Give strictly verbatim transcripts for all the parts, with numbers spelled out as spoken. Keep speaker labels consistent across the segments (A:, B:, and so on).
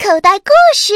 A: 口袋故事。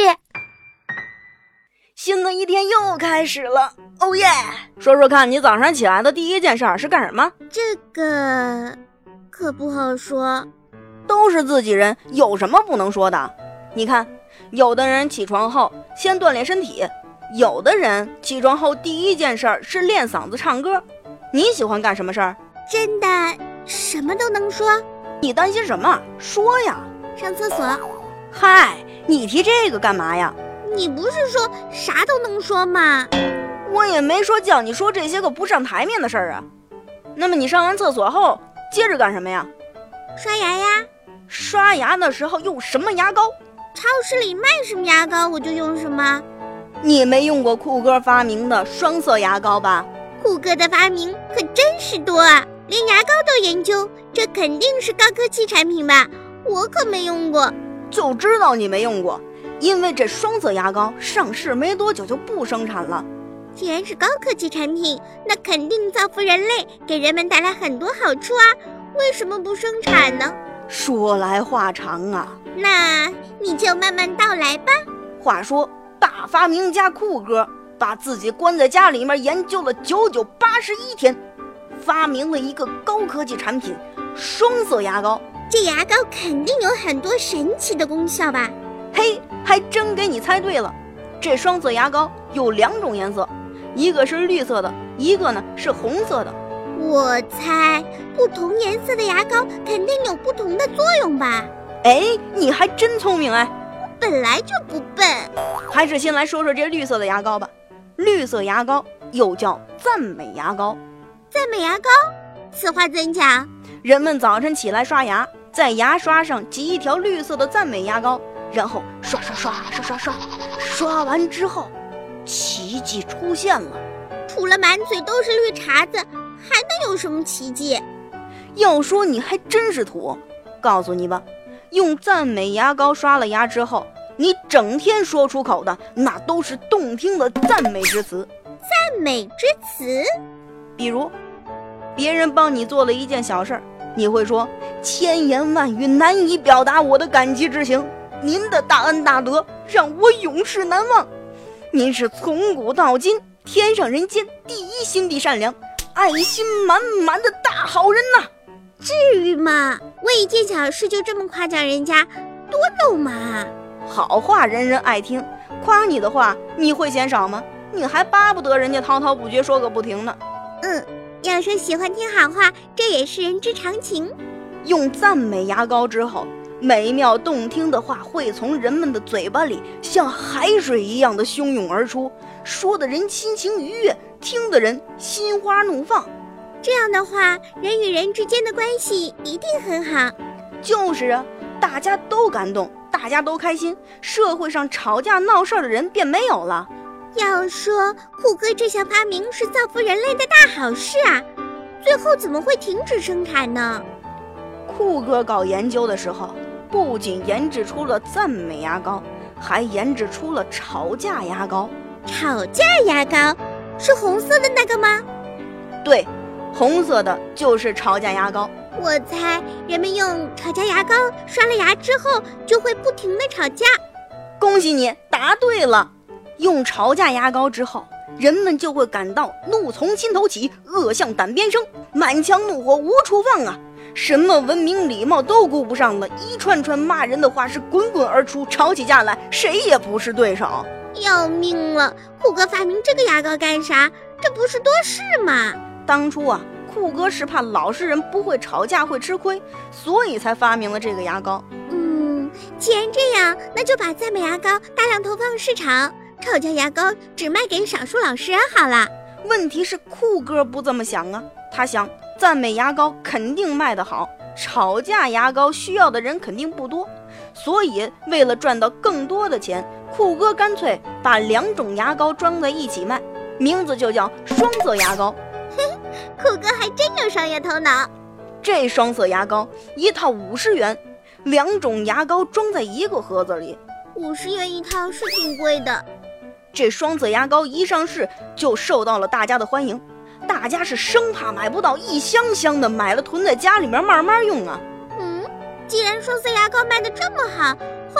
B: 新的一天又开始了，哦耶！说说看，你早上起来的第一件事是干什么？
A: 这个可不好说。
B: 都是自己人，有什么不能说的？你看，有的人起床后先锻炼身体，有的人起床后第一件事是练嗓子唱歌。你喜欢干什么事儿？
A: 真的什么都能说？
B: 你担心什么？说呀！
A: 上厕所。
B: 嗨，你提这个干嘛呀？
A: 你不是说啥都能说吗？
B: 我也没说叫你说这些个不上台面的事儿啊。那么你上完厕所后接着干什么呀？
A: 刷牙呀。
B: 刷牙的时候用什么牙膏？
A: 超市里卖什么牙膏我就用什么。
B: 你没用过酷哥发明的双色牙膏吧？
A: 酷哥的发明可真是多啊，连牙膏都研究，这肯定是高科技产品吧？我可没用过。
B: 就知道你没用过，因为这双色牙膏上市没多久就不生产了。
A: 既然是高科技产品，那肯定造福人类，给人们带来很多好处啊，为什么不生产呢？
B: 说来话长啊，
A: 那你就慢慢道来吧。
B: 话说大发明家酷哥把自己关在家里面研究了九九八十一天，发明了一个高科技产品双色牙膏。
A: 这牙膏肯定有很多神奇的功效吧？
B: 嘿，还真给你猜对了。这双色牙膏有两种颜色，一个是绿色的，一个呢是红色的。
A: 我猜不同颜色的牙膏肯定有不同的作用吧？
B: 哎，你还真聪明哎！
A: 我本来就不笨。
B: 还是先来说说这绿色的牙膏吧。绿色牙膏又叫赞美牙膏。
A: 赞美牙膏？此话怎讲？
B: 人们早晨起来刷牙，在牙刷上挤一条绿色的赞美牙膏，然后刷刷刷刷刷刷，刷完之后，奇迹出现了。
A: 除了满嘴都是绿碴子，还能有什么奇迹？
B: 要说你还真是土，告诉你吧，用赞美牙膏刷了牙之后，你整天说出口的那都是动听的赞美之词。
A: 赞美之词？
B: 比如，别人帮你做了一件小事，你会说千言万语难以表达我的感激之情，您的大恩大德让我永世难忘，您是从古到今天上人间第一心地善良，爱心满满的大好人呐、啊！
A: 至于吗？为一件小事就这么夸奖人家，多肉麻啊！
B: 好话人人爱听，夸你的话你会嫌少吗？你还巴不得人家滔滔不绝说个不停呢。
A: 嗯，要说喜欢听好话，这也是人之常情。
B: 用赞美牙膏之后，美妙动听的话会从人们的嘴巴里像海水一样的汹涌而出，说的人心情愉悦，听的人心花怒放。
A: 这样的话，人与人之间的关系一定很好。
B: 就是啊，大家都感动，大家都开心，社会上吵架闹事的人便没有了。
A: 要说酷哥这项发明是造福人类的大好事啊，最后怎么会停止生产呢？
B: 酷哥搞研究的时候，不仅研制出了赞美牙膏，还研制出了吵架牙膏。
A: 吵架牙膏是红色的那个吗？
B: 对，红色的就是吵架牙膏。
A: 我猜人们用吵架牙膏刷了牙之后，就会不停地吵架。
B: 恭喜你答对了。用吵架牙膏之后，人们就会感到怒从心头起，恶向胆边生，满腔怒火无处放啊！什么文明礼貌都顾不上了，一串串骂人的话是滚滚而出，吵起架来谁也不是对手。
A: 要命了，酷哥发明这个牙膏干啥？这不是多事吗？
B: 当初啊，酷哥是怕老实人不会吵架会吃亏，所以才发明了这个牙膏。
A: 嗯，既然这样，那就把赞美牙膏大量投放市场，吵架牙膏只卖给少数老实人好了。
B: 问题是酷哥不这么想啊，他想赞美牙膏肯定卖得好，吵架牙膏需要的人肯定不多，所以为了赚到更多的钱，酷哥干脆把两种牙膏装在一起卖，名字就叫双色牙膏。
A: 酷哥还真有商业头脑。
B: 这双色牙膏一套五十元，两种牙膏装在一个盒子里，
A: 五十元一套是挺贵的。
B: 这双色牙膏一上市就受到了大家的欢迎，大家是生怕买不到，一箱箱的买了囤在家里面慢慢用啊。
A: 嗯，既然双色牙膏卖得这么好，后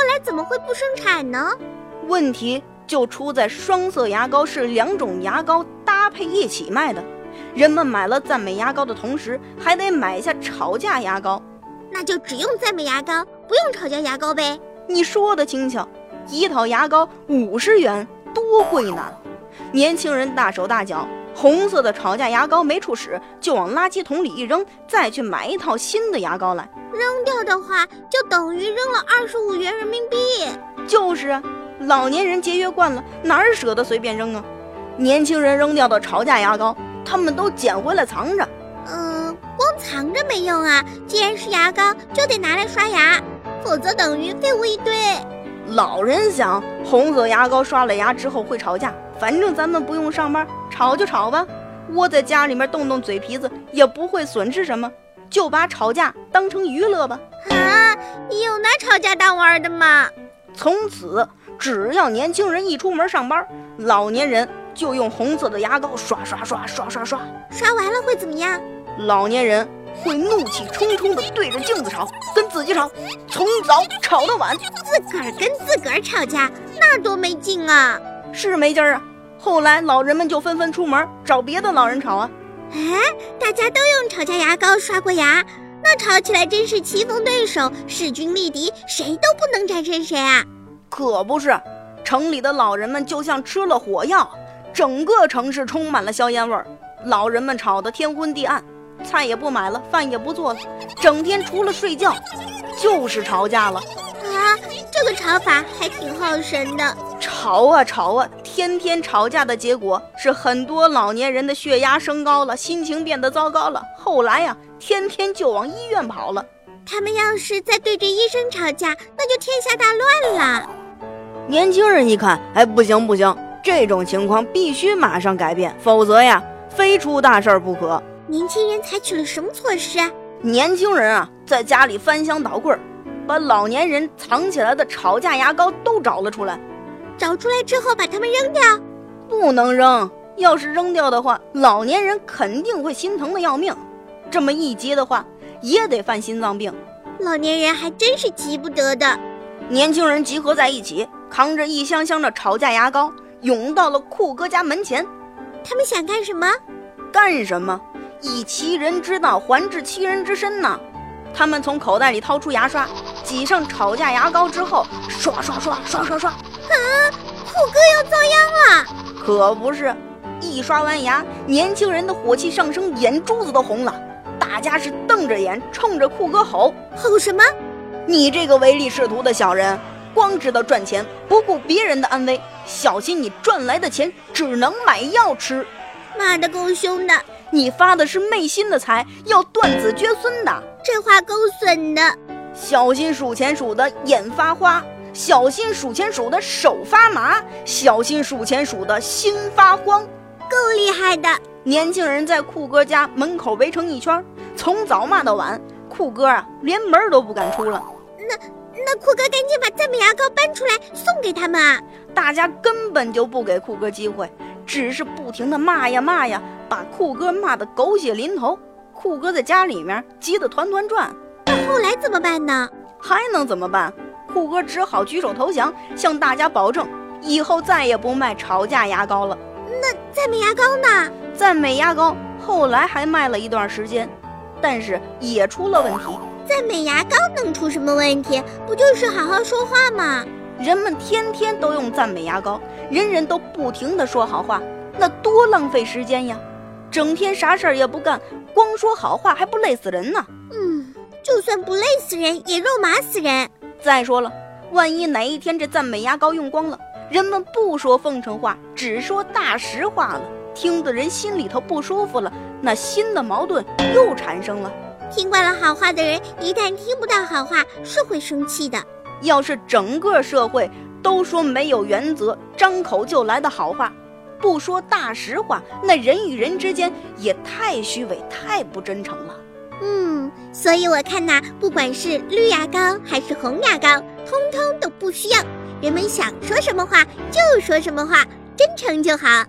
A: 来怎么会不生产呢？
B: 问题就出在双色牙膏是两种牙膏搭配一起卖的，人们买了赞美牙膏的同时，还得买下吵架牙膏。
A: 那就只用赞美牙膏，不用吵架牙膏呗。
B: 你说的轻巧，一套牙膏五十元，多贵呢！年轻人大手大脚，红色的吵架牙膏没处使，就往垃圾桶里一扔，再去买一套新的牙膏来。
A: 扔掉的话，就等于扔了二十五元人民币。
B: 就是啊，老年人节约惯了，哪儿舍得随便扔啊？年轻人扔掉的吵架牙膏，他们都捡回来藏着。
A: 嗯、呃，光藏着没用啊！既然是牙膏，就得拿来刷牙，否则等于废物一堆。
B: 老人想，红色牙膏刷了牙之后会吵架，反正咱们不用上班，吵就吵吧，窝在家里面动动嘴皮子也不会损失什么，就把吵架当成娱乐吧。
A: 啊，有拿吵架当玩的吗？
B: 从此只要年轻人一出门上班，老年人就用红色的牙膏刷刷刷刷刷刷，
A: 刷完了会怎么样？
B: 老年人会怒气冲冲地对着镜子吵，跟自己吵，从早吵到晚。
A: 自个儿跟自个儿吵架，那多没劲啊！
B: 是没劲儿啊。后来老人们就纷纷出门找别的老人吵啊。
A: 哎，大家都用吵架牙膏刷过牙，那吵起来真是棋逢对手，势均力敌，谁都不能战胜谁啊！
B: 可不是，城里的老人们就像吃了火药，整个城市充满了硝烟味儿。老人们吵得天昏地暗，菜也不买了，饭也不做了，整天除了睡觉就是吵架了。
A: 啊，这个吵法还挺耗神的。
B: 吵啊吵啊，天天吵架的结果是很多老年人的血压升高了，心情变得糟糕了。后来呀、啊，天天就往医院跑了。
A: 他们要是再对着医生吵架，那就天下大乱了。
B: 年轻人一看，哎，不行不行，这种情况必须马上改变，否则呀，非出大事不可。
A: 年轻人采取了什么措施啊？
B: 年轻人啊，在家里翻箱倒柜，把老年人藏起来的吵架牙膏都找了出来。
A: 找出来之后把它们扔掉？
B: 不能扔，要是扔掉的话，老年人肯定会心疼的要命。这么一急的话，也得犯心脏病。
A: 老年人还真是急不得的。
B: 年轻人集合在一起，扛着一箱箱的吵架牙膏，涌到了酷哥家门前。
A: 他们想干什么？
B: 干什么？以其人之道还治其人之身呢。他们从口袋里掏出牙刷，挤上吵架牙膏之后，刷刷刷刷刷刷。
A: 啊，酷哥要遭殃了！
B: 可不是，一刷完牙，年轻人的火气上升，眼珠子都红了。大家是瞪着眼冲着酷哥吼。
A: 吼什么？
B: 你这个唯利是图的小人，光知道赚钱，不顾别人的安危，小心你赚来的钱只能买药吃。
A: 骂得够凶的。
B: 你发的是昧心的财，要断子绝孙的。
A: 这话够损的。
B: 小心数钱数的眼发花，小心数钱数的手发麻，小心数钱数的心发慌。
A: 够厉害的。
B: 年轻人在酷哥家门口围成一圈，从早骂到晚，酷哥啊连门都不敢出了。
A: 那那酷哥赶紧把赞美牙膏搬出来送给他们啊！
B: 大家根本就不给酷哥机会，只是不停的骂呀骂呀，把酷哥骂得狗血淋头。酷哥在家里面急得团团转。
A: 那后来怎么办呢？
B: 还能怎么办？酷哥只好举手投降，向大家保证以后再也不卖吵架牙膏了。
A: 那赞美牙膏呢？
B: 赞美牙膏后来还卖了一段时间，但是也出了问题。
A: 赞美牙膏能出什么问题？不就是好好说话吗？
B: 人们天天都用赞美牙膏，人人都不停地说好话，那多浪费时间呀！整天啥事儿也不干，光说好话还不累死人呢。
A: 嗯，就算不累死人，也肉麻死人。
B: 再说了，万一哪一天这赞美牙膏用光了，人们不说奉承话，只说大实话了，听得人心里头不舒服了，那新的矛盾又产生了。
A: 听惯了好话的人，一旦听不到好话，是会生气的。
B: 要是整个社会都说没有原则，张口就来的好话，不说大实话，那人与人之间也太虚伪，太不真诚了。
A: 嗯，所以我看呐，不管是绿牙膏还是红牙膏，通通都不需要。人们想说什么话就说什么话，真诚就好。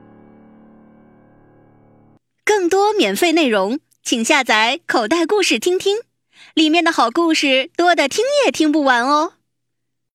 C: 更多免费内容，请下载口袋故事听听，里面的好故事多得听也听不完哦。